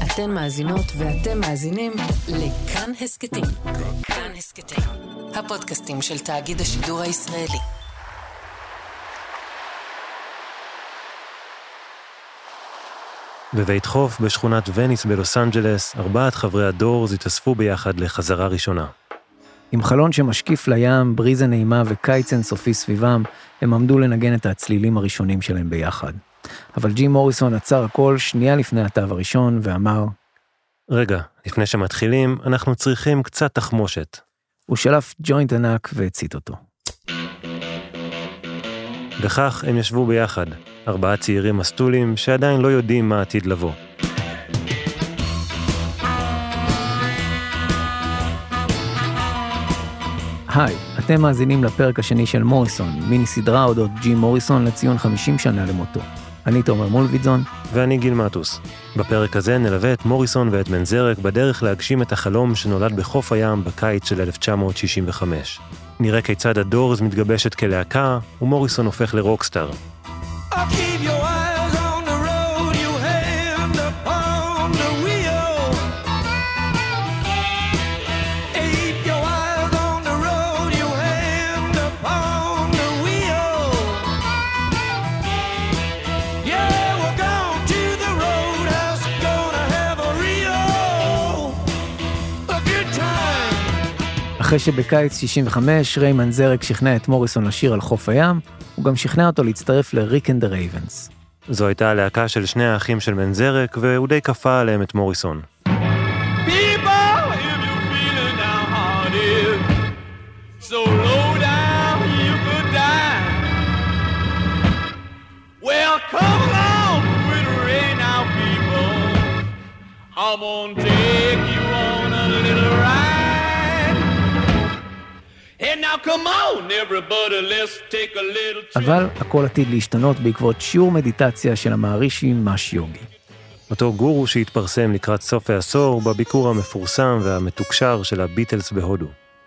אתן מאזינות ואתם מאזינים לכאן הסקטים. כאן הסקטים, הפודקאסטים של תאגיד השידור הישראלי. בבית חוף בשכונת וניס בלוס אנג'לס, 4 חברי הדורס התאספו ביחד לחזרה ראשונה. עם חלון שמשקיף לים, בריזה נעימה וקיץ אינסופי סביבם, הם עמדו לנגן את הצלילים הראשונים שלהם ביחד. אבל ג'ים מוריסון עצר הכל שנייה לפני התו הראשון ואמר, רגע, לפני שמתחילים, אנחנו צריכים קצת תחמושת. הוא שלף ג'וינט ענק והצית אותו. וכך הם ישבו ביחד, 4 צעירים מסטולים שעדיין לא יודעים מה עתיד לבוא. היי, אתם מאזינים לפרק השני של מוריסון, מיני סדרה אודות ג'ים מוריסון לציון 50 שנה למותו. אני תומר מולביטזון. ואני גיל מטוס. בפרק הזה נלווה את מוריסון ואת מנזרק בדרך להגשים את החלום שנולד בחוף הים בקיץ של 1965. נראה כיצד הדורס מתגבשת כלהקה, ומוריסון הופך לרוקסטאר. אחרי שבקיץ 65 ריי מנזרק שכנע את מוריסון לשיר על חוף הים, הוא גם שכנע אותו להצטרף לריק אנד דה רייבנס. זו הייתה הלהקה של שני האחים של מנזרק, והוא די כפה עליהם את מוריסון. אבל הכל עתיד להשתנות בעקבות שיעור מדיטציה של המערישי מש יוגי. אותו גורו שהתפרסם לקראת סוף העשור בביקור המפורסם והמתוקשר של הביטלס בהודו.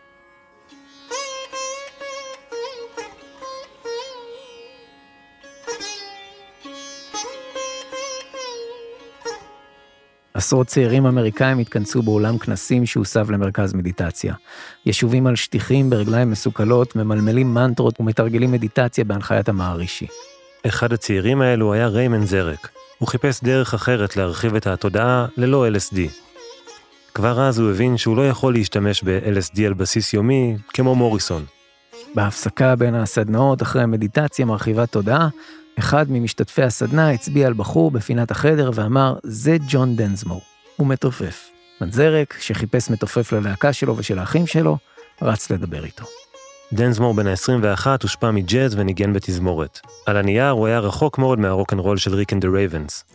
עשרות צעירים אמריקאים התכנסו באולם כנסים שהוסב למרכז מדיטציה. יישובים על שטיחים ברגליים מסוכלות, ממלמלים מנטרות ומתרגלים מדיטציה בהנחיית המערישי. אחד הצעירים האלו היה ריי מנזרק. הוא חיפש דרך אחרת להרחיב את התודעה ללא LSD. כבר אז הוא הבין שהוא לא יכול להשתמש ב-LSD על בסיס יומי כמו מוריסון. בהפסקה בין הסדנאות אחרי המדיטציה מרחיבת תודעה, אחד ממשתתפי הסדנה הצביע על בחור בפינת החדר ואמר, זה ג'ון דנסמור, הוא מתופף. מנזרק, שחיפש מתופף ללהקה שלו ושל האחים שלו, רץ לדבר איתו. דנסמור בן ה-21 הושפע מג'אז וניגן בתזמורת. על הנייר הוא היה רחוק מאוד מהרוק'נ'רול של ריק אנד דה רייבנס.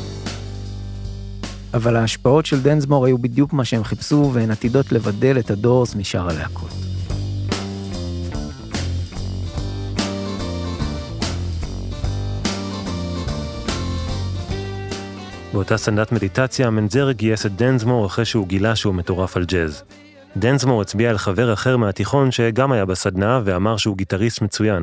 אבל ההשפעות של דנסמור היו בדיוק מה שהם חיפשו, והן עתידות לבדל את הדורס משאר הלהקות. באותה סדנת מדיטציה, מנזרק גייס את דנסמור אחרי שהוא גילה שהוא מטורף על ג'אז. דנסמור הצביע על חבר אחר מהתיכון שגם היה בסדנה ואמר שהוא גיטריסט מצוין.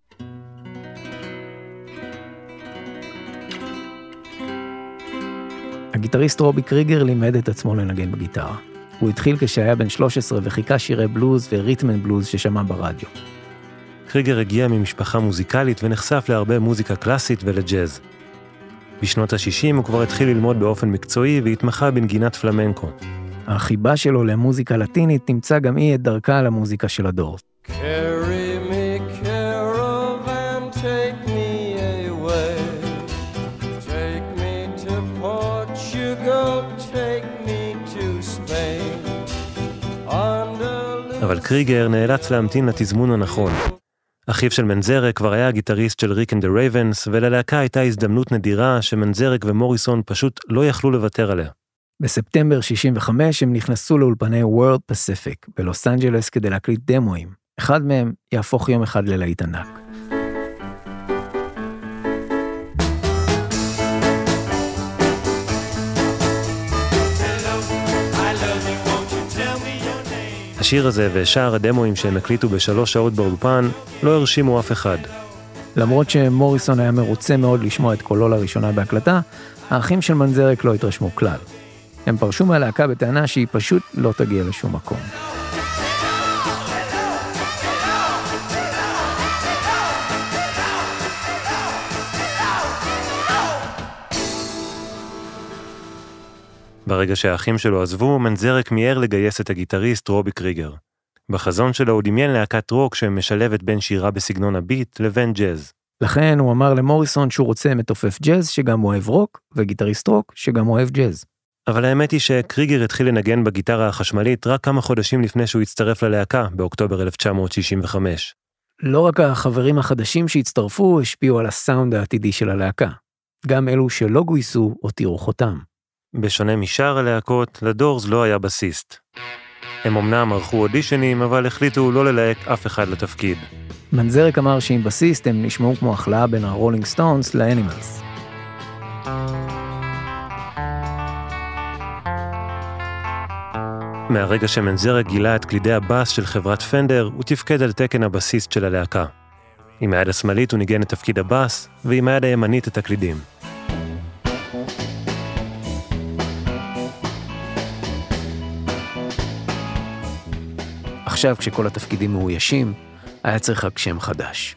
הגיטריסט רובי קריגר לימד את עצמו לנגן בגיטרה. הוא התחיל כשהיה בן 13 וחיכה שירי בלוז וריתמן בלוז ששמע ברדיו. קריגר הגיע ממשפחה מוזיקלית ונחשף להרבה מוזיקה קלאסית ולג'אז. בשנות ה-60 הוא כבר התחיל ללמוד באופן מקצועי והתמחה בנגינת פלמנקו. החיבה שלו למוזיקה לטינית תמצא גם היא את דרכה למוזיקה של הדורס. אבל קריגר נאלץ להמתין לתזמון הנכון. אחיו של מנזרק כבר היה הגיטריסט של ריק אנד דה רייבנס, וללהקה הייתה הזדמנות נדירה שמנזרק ומוריסון פשוט לא יכלו לוותר עליה. בספטמבר 65 הם נכנסו לאולפני World Pacific בלוס אנג'לס כדי להקליט דמואים. אחד מהם יהפוך יום אחד ללהיט ענק. השיר הזה ושאר הדמואים שהם הקליטו ב3 שעות באולפן לא הרשימו אף אחד. למרות שמוריסון היה מרוצה מאוד לשמוע את קולו לראשונה בהקלטה, האחים של מנזרק לא התרשמו כלל. הם פרשו מהלהקה בטענה שהיא פשוט לא תגיע לשום מקום. ברגע שהאחים שלו עזבו, מנזרק מיהר לגייס את הגיטריסט רובי קריגר. בחזון שלו הוא דמיין להקת רוק שמשלבת בין שירה בסגנון הביט לבין ג'אז. לכן הוא אמר למוריסון שהוא רוצה מתופף ג'אז שגם אוהב רוק, וגיטריסט רוק שגם אוהב ג'אז. אבל האמת היא שקריגר התחיל לנגן בגיטרה החשמלית רק כמה חודשים לפני שהוא הצטרף ללהקה, באוקטובר 1965. לא רק החברים החדשים שהצטרפו השפיעו על הסאונד העתידי של הלהקה. גם אלו שלא גויסו הותירו חותם. בשונה משאר הלהקות, לדורס לא היה בסיסט. הם אמנם ערכו אודישנים, אבל החליטו לא ללהק אף אחד לתפקיד. מנזרק אמר שעם בסיסט הם נשמעו כמו החלאה בין הרולינג סטונס לאנימלס. מהרגע שמנזרק גילה את קלידי הבאס של חברת פנדר, הוא תפקד על תקן הבסיסט של הלהקה. עם היד השמאלית הוא ניגן את תפקיד הבאס, ועם היד הימנית את הקלידים. עכשיו, כשכל התפקידים מאוישים, היה צריך רק שם חדש.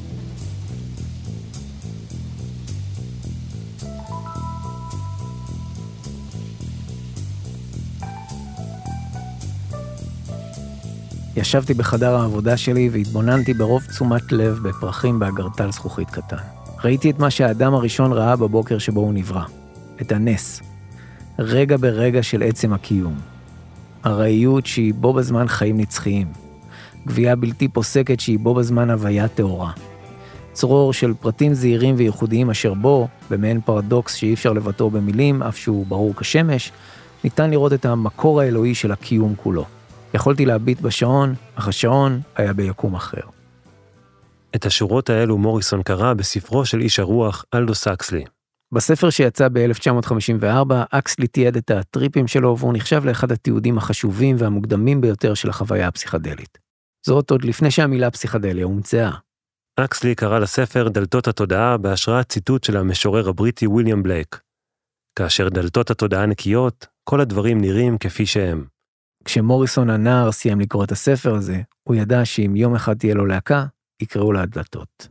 ישבתי בחדר העבודה שלי והתבוננתי ברוב תשומת לב בפרחים באגרטל זכוכית קטן. ראיתי את מה שהאדם הראשון ראה בבוקר שבו הוא נברא. את הנס. רגע ברגע של עצם הקיום. הראיות שהיא בו בזמן חיים נצחיים. גבייה בלתי פוסקת שהיא בו בזמן הוויה תאורה. צרור של פרטים זהירים וייחודיים אשר בו, במעין פרדוקס שאי אפשר לבטאו במילים, אף שהוא ברור כשמש, ניתן לראות את המקור האלוהי של הקיום כולו. יכולתי להביט בשעון, אך השעון היה ביקום אחר. את השורות האלו מוריסון קרא בספרו של איש הרוח אלדוס אקסלי. בספר שיצא ב-1954, אקסלי תיעד את הטריפים שלו, והוא נחשב לאחד התיעודים החשובים והמוקדמים ביותר של החוויה הפסיכדלית. זאת עוד לפני שהמילה פסיכדליה הומצאה. אקסלי קרא לספר דלתות התודעה בהשראת ציטוט של המשורר הבריטי וויליאם בלייק. כאשר דלתות התודעה נקיות, כל הדברים נראים כפי שהם. כשמוריסון הנער סיים לקרוא את הספר הזה, הוא ידע שאם יום אחד תהיה לו להקה, יקראו לה הדלתות.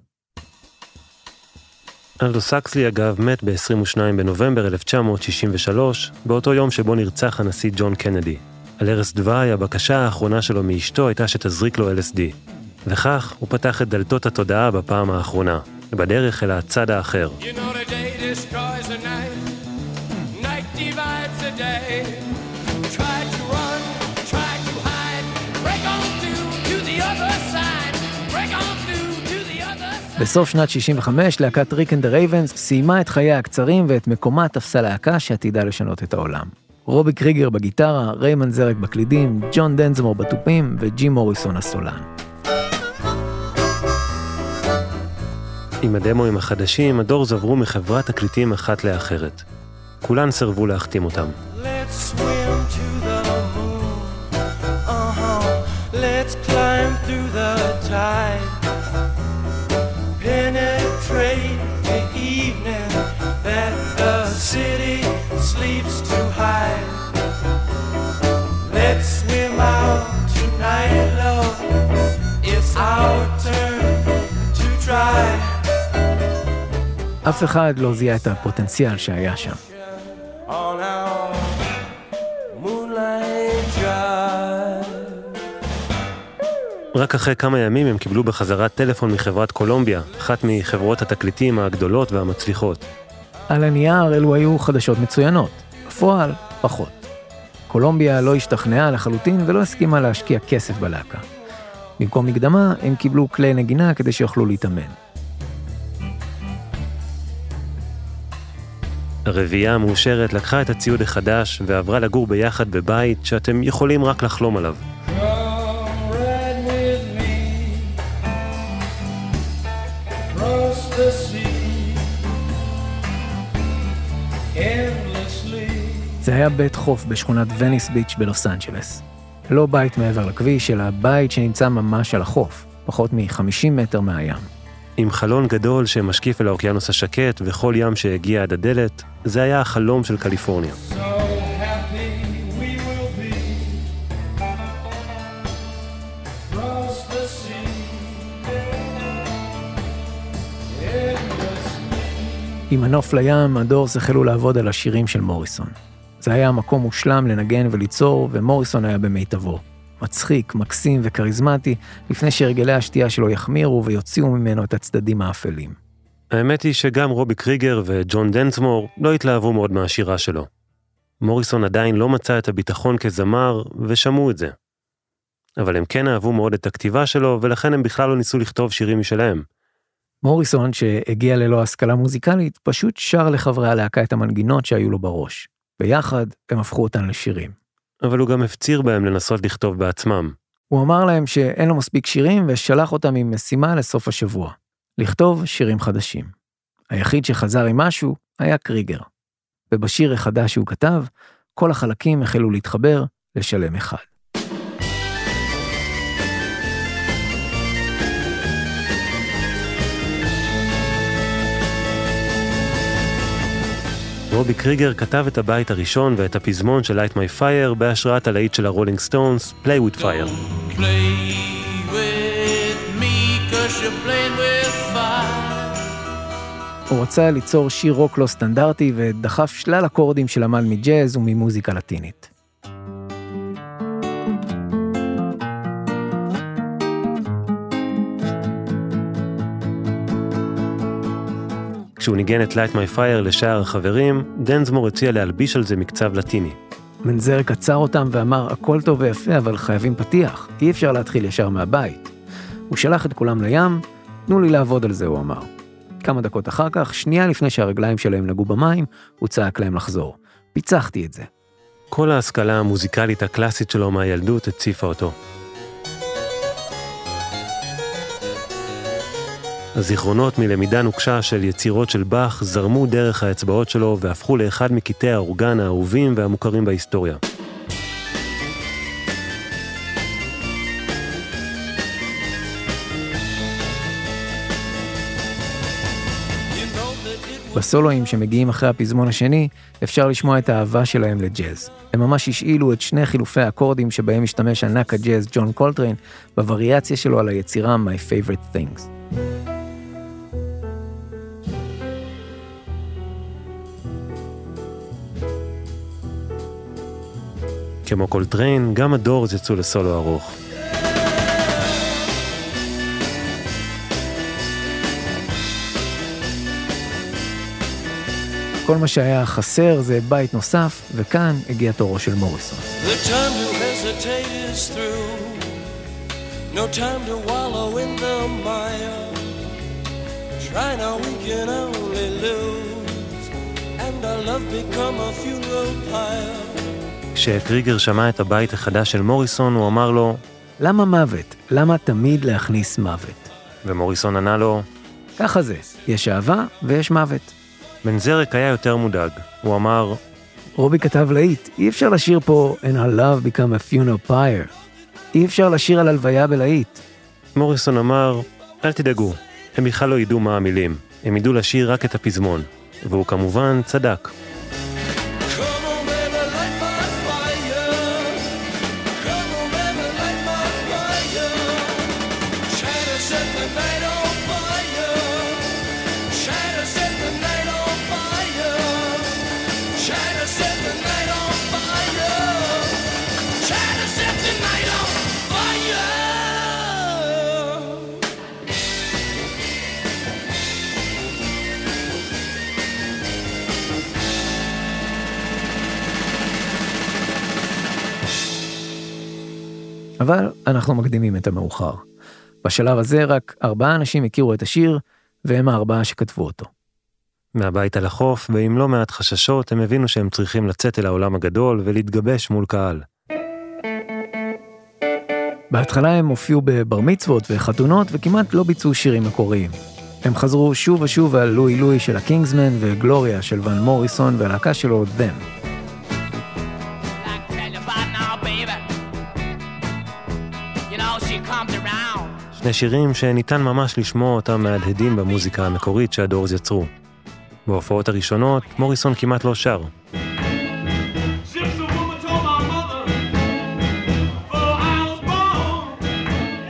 אלדוס אקסלי אגב מת ב-22 בנובמבר 1963, באותו יום שבו נרצח הנשיא ג'ון קנדי. על ערש דווי, הבקשה האחרונה שלו מאשתו הייתה שתזריק לו LSD. וכך הוא פתח את דלתות התודעה בפעם האחרונה, בדרך אל הצד האחר. בסוף שנת 65, להקת ריק אנד דה רייבנס סיימה את חייה הקצרים ואת מקומה תפסה להקה שעתידה לשנות את העולם. רובי קריגר בגיטרה, ריי מנזרק בקלידים, ג'ון דנזמור בטופים וג'ים מוריסון הסולן. עם הדמוים החדשים, הדורס עברו מחברת תקליטים אחת לאחרת. כולן סרבו להחתים אותם. Let's swim to the moon. Let's climb through the tide. Penetrate the evening that the city sleeps to hide. Let's swim out tonight, love. It's our turn to try. אף אחד לא זיהה את הפוטנציאל שהיה שם. On our moonlight drive. רק אחרי כמה ימים הם קיבלו בחזרה טלפון מחברת קולומביה, אחת מחברות התקליטים הגדולות והמצליחות. על הנייר אלו היו חדשות מצוינות, בפועל פחות. קולומביה לא השתכנעה לחלוטין ולא הסכימה להשקיע כסף בלהקה. במקום מקדמה הם קיבלו כלי נגינה כדי שיוכלו להתאמן. הרביעייה המאושרת לקחה את הציוד החדש ועברה לגור ביחד בבית שאתם יכולים רק לחלום עליו. Come ride with me across the sea endlessly. זה היה בית חוף בשכונת וניס ביץ' בלוס אנג'לס. לא בית מעבר לכביש, אלא בית שנמצא ממש על החוף, פחות מ-50 מטר מהים. עם חלון גדול שמשקיף אל האוקיינוס השקט וכל ים שהגיע עד הדלת, זה היה החלום של קליפורניה. So happy עם הנוף לים, הדורס החלו לעבוד על השירים של מוריסון. זה היה מקום מושלם לנגן וליצור, ומוריסון היה במיטבו. מצחיק, מקסים וקריזמטי, לפני שהרגלי השתייה שלו יחמירו ויוציאו ממנו את הצדדים האפלים. האמת היא שגם רובי קריגר וג'ון דנסמור לא התלהבו מאוד מהשירה שלו. מוריסון עדיין לא מצא את הביטחון כזמר, ושמעו את זה. אבל הם כן אהבו מאוד את הכתיבה שלו, ולכן הם בכלל לא ניסו לכתוב שירים משלהם. מוריסון, שהגיע ללא השכלה מוזיקלית, פשוט שר לחברי הלהקה את המנגינות שהיו לו בראש. ביחד הם הפכו אותן לשירים. אבל הוא גם הפציר בהם לנסות לכתוב בעצמם. הוא אמר להם שאין לו מספיק שירים, ושלח אותם עם משימה לסוף השבוע. לכתוב שירים חדשים. היחיד שחזר עם משהו היה קריגר. ובשיר החדש שהוא כתב, כל החלקים החלו להתחבר לשלם אחד. רובי קריגר כתב את הבית הראשון ואת הפזמון של Light My Fire בהשראת הלהיט של הרולינג סטונס, Play With Fire. Play with me 'cause you're playing with fire. הוא רצה ליצור שיר רוק לא סטנדרטי ודחף שלל אקורדים שלמד מג'אז וממוזיקה לטינית. כשהוא ניגן את Light My Fire לשאר החברים, דנסמור הציע להלביש על זה מקצב לטיני. מנזרק עצר אותם ואמר, הכל טוב ויפה, אבל חייבים פתיח, אי אפשר להתחיל ישר מהבית. הוא שלח את כולם לים, תנו לי לעבוד על זה, הוא אמר. כמה דקות אחר כך, שנייה לפני שהרגליים שלהם נגעו במים, הוא צעק להם לחזור. פיצחתי את זה. כל ההשכלה המוזיקלית הקלאסית שלו מהילדות הציפה אותו. הזיכרונות מלמידה נוקשה של יצירות של באך זרמו דרך האצבעות שלו והפכו לאחד מקטעי האורגן האהובים והמוכרים בהיסטוריה. בסולואים שמגיעים אחרי הפזמון השני, אפשר לשמוע את האהבה שלהם לג'אז. הם ממש השאילו את שני חילופי האקורדים שבהם משתמש ענק הג'אז ג'ון קולטריין, בווריאציה שלו על היצירה My Favorite Things. כמו קולטריין, גם הדורס יצאו לסולו ארוך. כל מה שהיה חסר זה בית נוסף, וכאן הגיע תורו של מוריסון. The time to hesitate is through. No time to wallow in the mire. Try now we can only lose. And our love become a funeral pyre. כשקריגר שמע את הבית החדש של מוריסון, הוא אמר לו, למה מוות? למה תמיד להכניס מוות? ומוריסון ענה לו, ככה זה, יש אהבה ויש מוות. מנזרק היה יותר מודאג. הוא אמר, רובי כתב להיט, אי אפשר לשיר פה And our love become a funeral pyre. אי אפשר לשיר על הלוויה בלהיט. מוריסון אמר, אל תדאגו, הם בכלל לא ידעו מה המילים, הם ידעו לשיר רק את הפזמון, והוא כמובן צדק. אבל אנחנו מקדימים את המאוחר. בשלב הזה רק 4 אנשים הכירו את השיר, והם 4 שכתבו אותו. מהבית על החוף, ועם לא מעט חששות, הם הבינו שהם צריכים לצאת אל העולם הגדול ולהתגבש מול קהל. בהתחלה הם הופיעו בבר מצוות וחתונות, וכמעט לא ביצעו שירים מקוריים. הם חזרו שוב ושוב על לואי לואי של הקינגסמן וגלוריה של ון מוריסון והלהקה שלו Them. שני שירים שניתן ממש לשמוע אותם מהדהדים במוזיקה המקורית שהדורס יצרו. בהופעות הראשונות, מוריסון כמעט לא שר.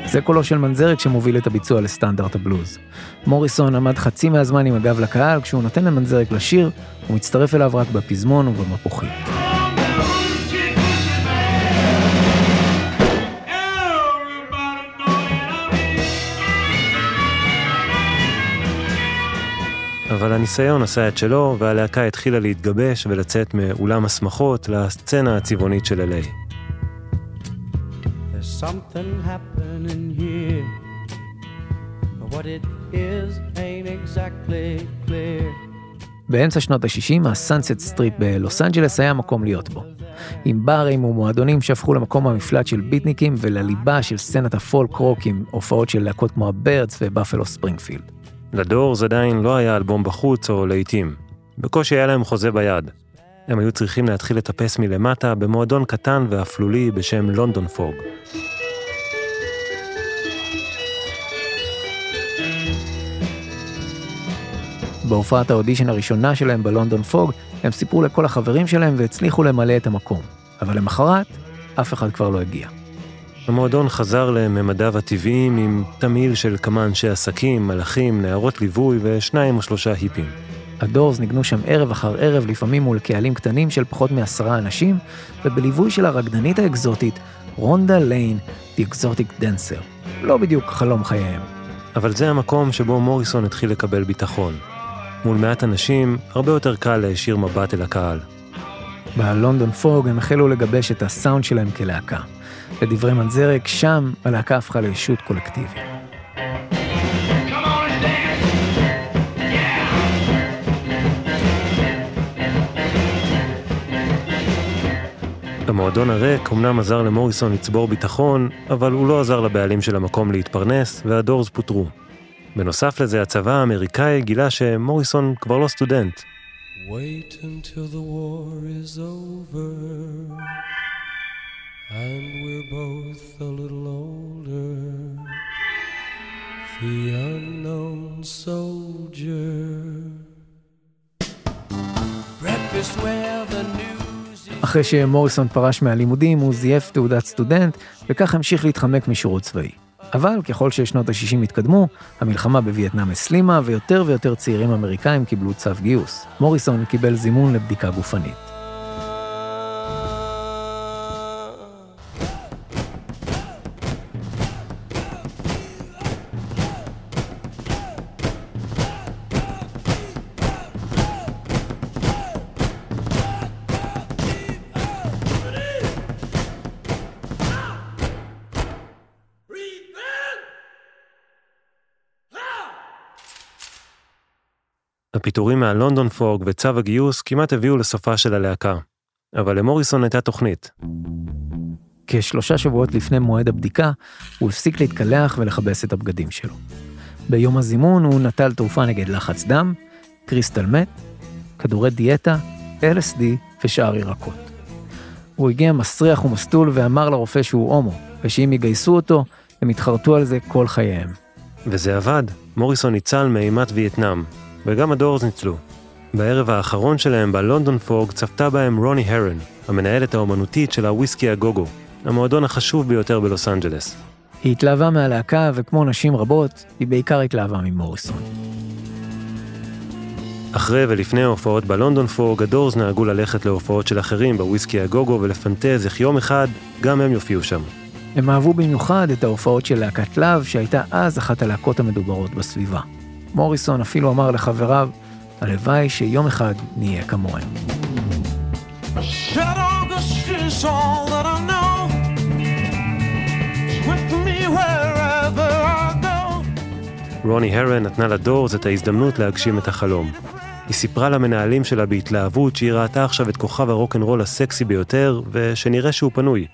זה קולו של מנזרק שמוביל את הביצוע לסטנדרט הבלוז. מוריסון עמד חצי מהזמן עם הגב לקהל, כשהוא נותן למנזרק לשיר, הוא מצטרף אליו רק בפזמון ובמפוחים. אבל הניסיון עשה את שלו, והלהקה התחילה להתגבש ולצאת מאולם השמחות לסצנה הצבעונית של LA. There's something happening here, but what it is ain't exactly clear. באמצע שנות ה-60, הסאנסט סטריט בלוס אנג'לס היה מקום להיות בו. עם ברים ומועדונים שהפכו למקום המפלט של ביטניקים ולליבה של סצנת הפולק רוק עם הופעות של להקות כמו הבירדס ובאפלו ספרינגפילד. לדורס עדיין לא היה אלבום בחוץ או לעיתים. בקושי היה להם חוזה ביד. הם היו צריכים להתחיל לטפס מלמטה במועדון קטן ואפלולי בשם לונדון פוג. בהופעת האודישן הראשונה שלהם בלונדון פוג, הם סיפרו לכל החברים שלהם והצליחו למלא את המקום. אבל למחרת, אף אחד כבר לא הגיע. המועדון חזר לממדיו הטבעיים עם תמהיל של כמה אנשי עסקים, מלאכים, נערות ליווי ושניים או שלושה היפים. הדורס ניגנו שם ערב אחר ערב, לפעמים מול קהלים קטנים של פחות מ10 אנשים, ובליווי של הרקדנית האקזוטית, רונדה ליין, The Exotic Dancer. לא בדיוק חלום חייהם. אבל זה המקום שבו מוריסון התחיל לקבל ביטחון. מול מעט אנשים, הרבה יותר קל להישיר מבט אל הקהל. בלונדון פוג הם החלו לגבש את הסאונד שלהם כלהקה. לדברי מנזרק, שם הלהקה הפכה לישות קולקטיבית. המועדון הריק אמנם עזר למוריסון לצבור ביטחון, אבל הוא לא עזר לבעלים של המקום להתפרנס, והדורס פוטרו. בנוסף לזה, הצבא האמריקאי גילה שמוריסון כבר לא סטודנט. Wait until the war is over and we're both a little older. The unknown soldier. Breakfast where the news is. אחרי שמוריסון פרש מהלימודים, הוא זייף תעודת סטודנט, וכך המשיך להתחמק משירות צבאי. אבל ככל ששנות ה-60 התקדמו, המלחמה בווייטנאם הסלימה, ויותר ויותר צעירים אמריקאים קיבלו צו גיוס. מוריסון קיבל זימון לבדיקה גופנית. הפיטורים מהלונדון פוג וצו הגיוס כמעט הביאו לסופה של הלהקה. אבל למוריסון הייתה תוכנית. כ3 שבועות לפני מועד הבדיקה, הוא הפסיק להתקלח ולחבס את הבגדים שלו. ביום הזימון הוא נטל תרופה נגד לחץ דם, קריסטל מת, כדורי דיאטה, LSD ושאר ירקות. הוא הגיע מסריח ומסטול ואמר לרופא שהוא הומו, ושאם יגייסו אותו, הם התחרטו על זה כל חייהם. וזה עבד. מוריסון ניצל מאימת וייטנאם, וגם הדורס ניצלו. בערב האחרון שלהם בלונדון פוג צפתה בהם רוני הרן, המנהלת האומנותית של הוויסקי הגוגו, המועדון החשוב ביותר בלוס אנג'לס. היא התלהבה מהלהקה, וכמו נשים רבות, היא בעיקר התלהבה ממוריסון. אחרי ולפני ההופעות בלונדון פוג, הדורס נהגו ללכת להופעות של אחרים בוויסקי הגוגו ולפנטז איך יום אחד גם הם יופיעו שם. הם אהבו במיוחד את ההופעות של להקת לב, שהייתה אז אחת הלהקות המדוברות בסביבה. מוריסון אפילו אמר לחבריו, הלוואי שיום אחד נהיה כמוהם. רוני הרן נתנה לדורס את ההזדמנות להגשים את החלום. היא סיפרה למנהלים שלה בהתלהבות שהיא ראתה עכשיו את כוכב הרוק'נ'רול הסקסי ביותר, ושנראה שהוא פנוי.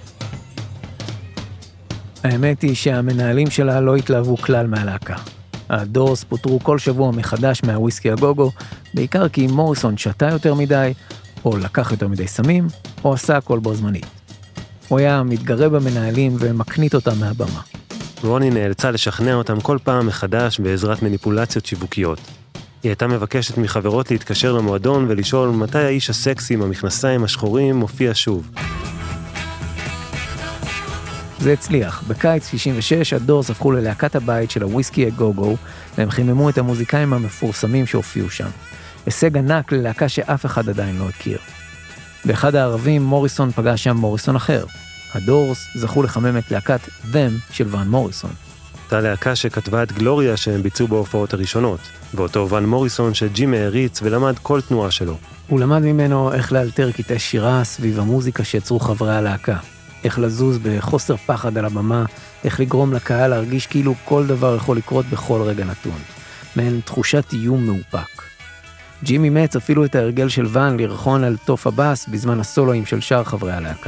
האמת היא שהמנהלים שלה לא התלהבו כלל מהלהקה. הדורס פוטרו כל שבוע מחדש מהוויסקי הגוגו, בעיקר כי מוריסון שתה יותר מדי, או לקח יותר מדי סמים, או עשה הכל בו זמנית. הוא היה מתגרה במנהלים ומקנית אותם מהבמה. רוני נאלצה לשכנע אותם כל פעם מחדש בעזרת מניפולציות שיווקיות. היא הייתה מבקשת מחברות להתקשר למועדון ולשאול מתי האיש הסקסי עם המכנסיים השחורים מופיע שוב. זה הצליח. בקיץ 66 הדורס הפכו ללהקת הבית של הוויסקי הגו-גו, והם חיממו את המוזיקאים המפורסמים שהופיעו שם. הישג ענק ללהקה שאף אחד עדיין לא הכיר. באחד הערבים מוריסון פגש שם מוריסון אחר. הדורס זכו לחמם את להקת Them של ון מוריסון. אותה להקה שכתבה את גלוריה שהם ביצעו בהופעות הראשונות, ואותו ון מוריסון שג'ימי העריץ ולמד כל תנועה שלו. הוא למד ממנו איך לאלתר קטעי שירה סביב המוזיקה שיצרו חברי הלהקה. איך לזוז בחוסר פחד על הבמה, איך לגרום לקהל להרגיש כאילו כל דבר יכול לקרות בכל רגע נתון. מעין תחושת איום מאופק. ג'ימי מאץ אפילו את ההרגל של ון לרחון על תוף הבאס בזמן הסולואים של שאר חברי הלהקה.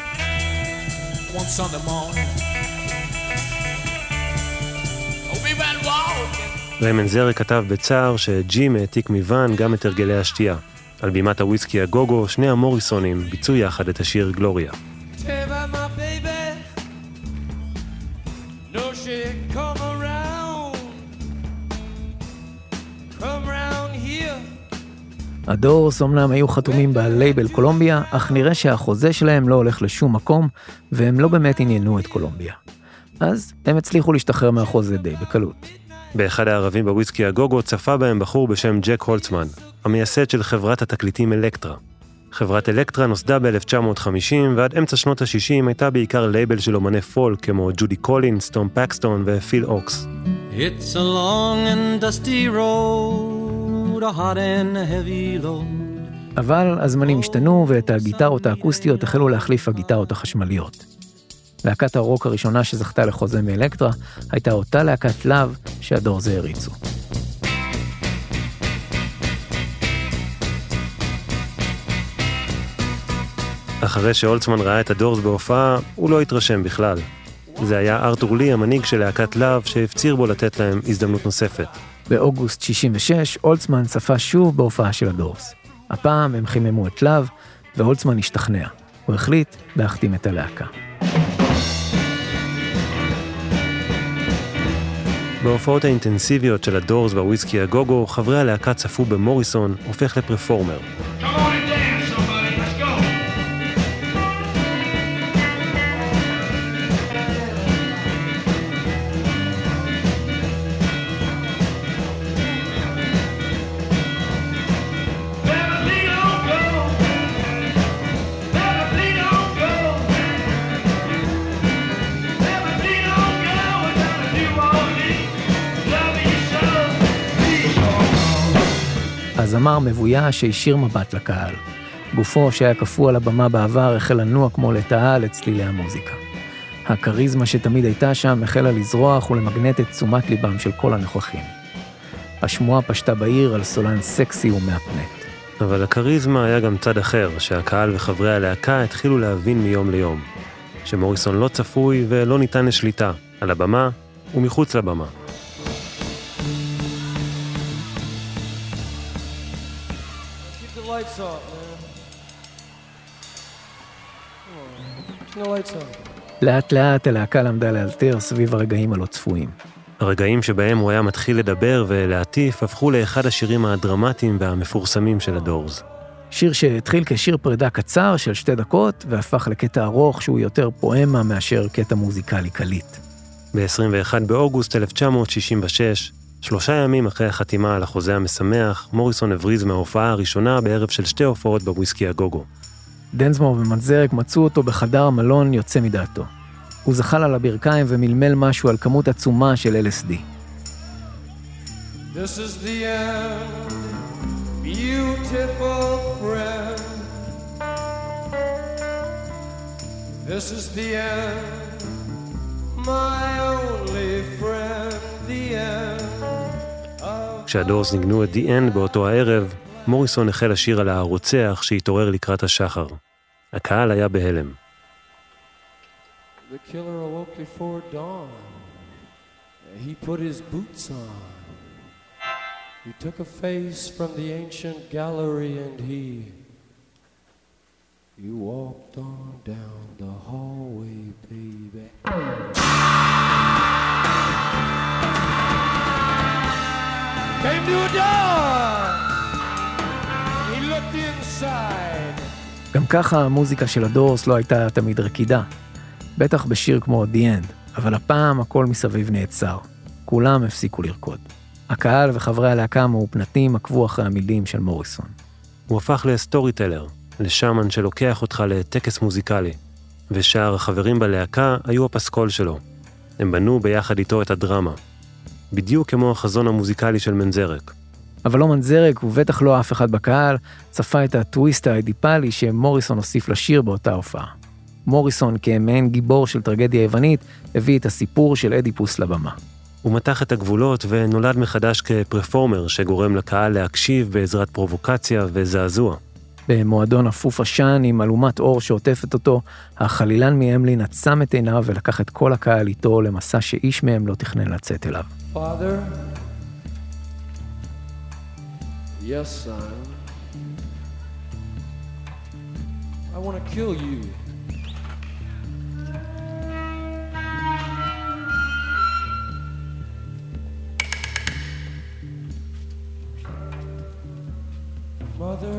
ריימן זרק כתב בצער שג'ים העתיק מוון גם את הרגלי השתייה. על בימת הוויסקי הגוגו, שני המוריסונים ביצעו יחד את השיר גלוריה. הדורס אומנם היו חתומים בלייבל קולומביה, אך נראה שהחוזה שלהם לא הולך לשום מקום, והם לא באמת עניינו את קולומביה. אז הם הצליחו להשתחרר מהחוזה די בקלות. באחד הערבים בוויסקי הגוגו צפה בהם בחור בשם ג'ק הולצמן, המייסד של חברת התקליטים אלקטרה. חברת אלקטרה נוסדה ב-1950, ועד אמצע שנות ה-60 הייתה בעיקר לייבל של אומני פולק כמו ג'ודי קולינס, טום פקסטון ופיל אוקס. It's a long and dusty road, a hot and a heavy load. אבל הזמנים השתנו, ואת הגיטרות האקוסטיות החלו להחליף הגיטרות החשמליות. להקת הרוק הראשונה שזכתה לחוזה מאלקטרה הייתה אותה להקת לב שהדורס הריצו. אחרי שהולצמן ראה את הדורס בהופעה, הוא לא התרשם בכלל. זה היה ארתור לי, המנהיג של להקת לב, שהפציר בו לתת להם הזדמנות נוספת. באוגוסט 66, הולצמן צפה שוב בהופעה של הדורס. הפעם הם חיממו את לב, והולצמן השתכנע. הוא החליט להחתים את הלהקה. בהופעות האינטנסיביות של הדורס והוויסקי הגוגו, חברי הלהקה צפו במוריסון, הופך לפרפורמר. הזמר מבויה שהשאיר מבט לקהל. גופו שהיה קפוא על הבמה בעבר החל לנוע כמו לטאה לצלילי המוזיקה. הקריזמה שתמיד הייתה שם החלה לזרוח ולמגנט את תשומת ליבם של כל הנוכחים. השמועה פשטה בעיר על סולן סקסי ומאפנט. אבל הקריזמה היה גם צד אחר, שהקהל וחברי הלהקה התחילו להבין מיום ליום. שמוריסון לא צפוי ולא ניתן לשליטה, על הבמה ומחוץ לבמה. Lights off, man. No lights on. לאט לאט הלהקה למדה לאלתר סביב הרגעים הלא צפויים. הרגעים שבהם הוא היה מתחיל לדבר ולהטיף הפכו לאחד השירים הדרמטיים והמפורסמים של הדורס. שיר שהתחיל כשיר פרידה קצר של 2 דקות והפך לקטע ארוך שהוא יותר פואמה מאשר קטע מוזיקלי קליט. ב-21 באוגוסט 1966, 3 ימים אחרי החתימה על החוזה המשמח, מוריסון הבריז מההופעה הראשונה בערב של 2 הופעות בוויסקי הגוגו. דנסמור ומנזרק מצאו אותו בחדר המלון יוצא מדעתו. הוא זחל על הברכיים ומלמל משהו על כמות עצומה של LSD. This is the end, beautiful friend. This is the end, my only friend, the end. כשהדורס ניגנו את The End באותו הערב, מוריסון החל לשיר על הרוצח שהתעורר לקראת השחר. הקהל היה בהלם. The killer awoke before dawn. He put his boots on. He took a face from the ancient gallery and he walked on down the hallway, baby. Came to a door. He looked inside. גם ככה המוזיקה של הדורס לא הייתה תמיד רקידה. בטח בשיר כמו The End, אבל הפעם הכל מסביב נעצר. כולם הפסיקו לרקוד. הקהל וחברי הלהקה המאופנתים עקבו אחרי המילים של מוריסון. הוא הפך לסטוריטלר, לשמן שלוקח אותך לטקס מוזיקלי, ושאר החברים בלהקה היו הפסקול שלו. הם בנו ביחד איתו את הדרמה. בדיוק כמו החזון המוזיקלי של מנזרק. אבל לא מנזרק, ובטח לא אף אחד בקהל, צפה את הטוויסט האדיפלי שמוריסון הוסיף לשיר באותה הופעה. מוריסון, כמעין גיבור של טרגדיה יוונית, הביא את הסיפור של אדיפוס לבמה. הוא מתח את הגבולות ונולד מחדש כפרפורמר שגורם לקהל להקשיב בעזרת פרובוקציה וזעזוע. במועדון אפוף עשן עם אלומת אור שעוטפת אותו, החלילן מהמלין עצם את עיניו ולקח את כל הקהל איתו למסע שאיש מהם לא תכנן לצאת אליו. Father, yes, son, I want to kill you. Mother,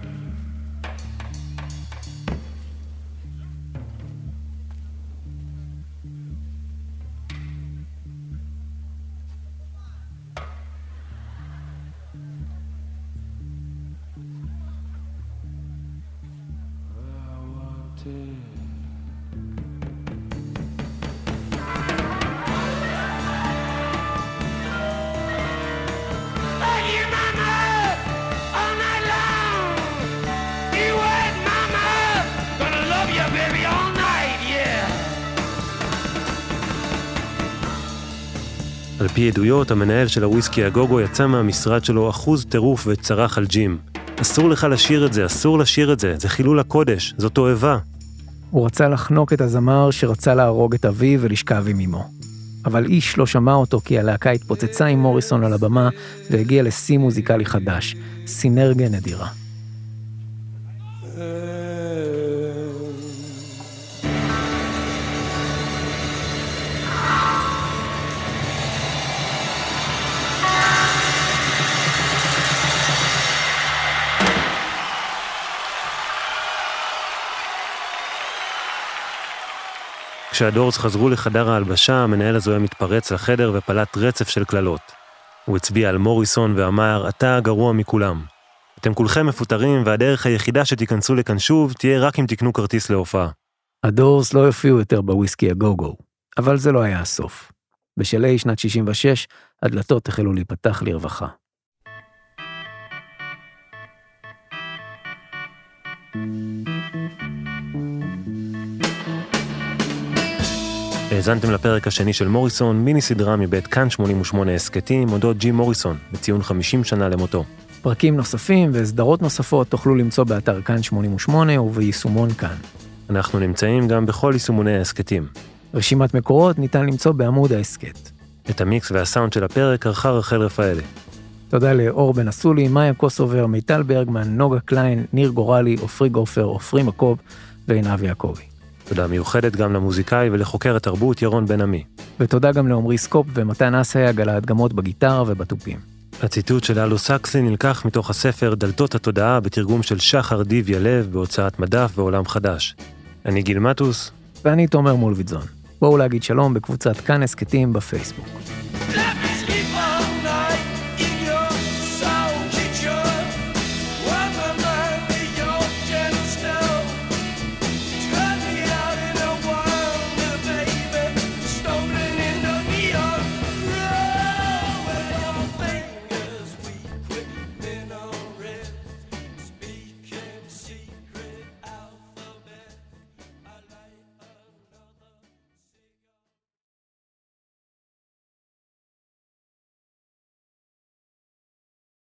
על פי עדויות, המנהל של הוויסקי הגוגו יצא מהמשרד שלו אחוז טירוף וצרח על ג'ים. אסור לך לשיר את זה, אסור לשיר את זה, זה חילול הקודש, זאת תועבה. הוא רצה לחנוק את הזמר שרצה להרוג את אביו ולשכב עם אמו. אבל איש לא שמע אותו כי הלהקה התפוצצה עם מוריסון על הבמה והגיע לשיא מוזיקלי חדש, סינרגיה נדירה. כשהדורס חזרו לחדר ההלבשה, המנהל הזוהה מתפרץ לחדר ופלט רצף של כללות. הוא הצביע על מוריסון ואמר, אתה הגרוע מכולם. אתם כולכם מפוטרים והדרך היחידה שתיכנסו לכאן שוב תהיה רק אם תקנו כרטיס להופעה. הדורס לא יופיעו יותר בוויסקי הגוגו, אבל זה לא היה הסוף. בשלהי שנת 66, הדלתות החלו להיפתח לרווחה. האזנתם לפרק השני של מוריסון, מיני סדרה מבית כאן 88 הסקטים, אודות ג'ים מוריסון, בציון 50 שנה למותו. פרקים נוספים וסדרות נוספות תוכלו למצוא באתר כאן 88 וביישומון כאן. אנחנו נמצאים גם בכל יישומוני ההסקטים. רשימת מקורות ניתן למצוא בעמוד ההסקט. את המיקס והסאונד של הפרק ערכה רחל רפאלי. תודה לאור בן אסולי, מאיה קוסובר, מיטל ברגמן, נוגה קליין, ניר גורלי, אופרי גופר, אופרי מקוב ועינב יעקבי. תודה מיוחדת גם למוזיקאי ולחוקר התרבות ירון בן עמי. ותודה גם לעומרי סקופ ומתן אסייג על ההדגמות בגיטרה ובטופים. הציטוט של אלו סקסלי נלקח מתוך הספר דלתות התודעה בתרגום של שחר דיביה לב בהוצאת מדף ועולם חדש. אני גיל מטוס. ואני תומר מולביטזון. בואו להגיד שלום בקבוצת כאן הסקטים בפייסבוק.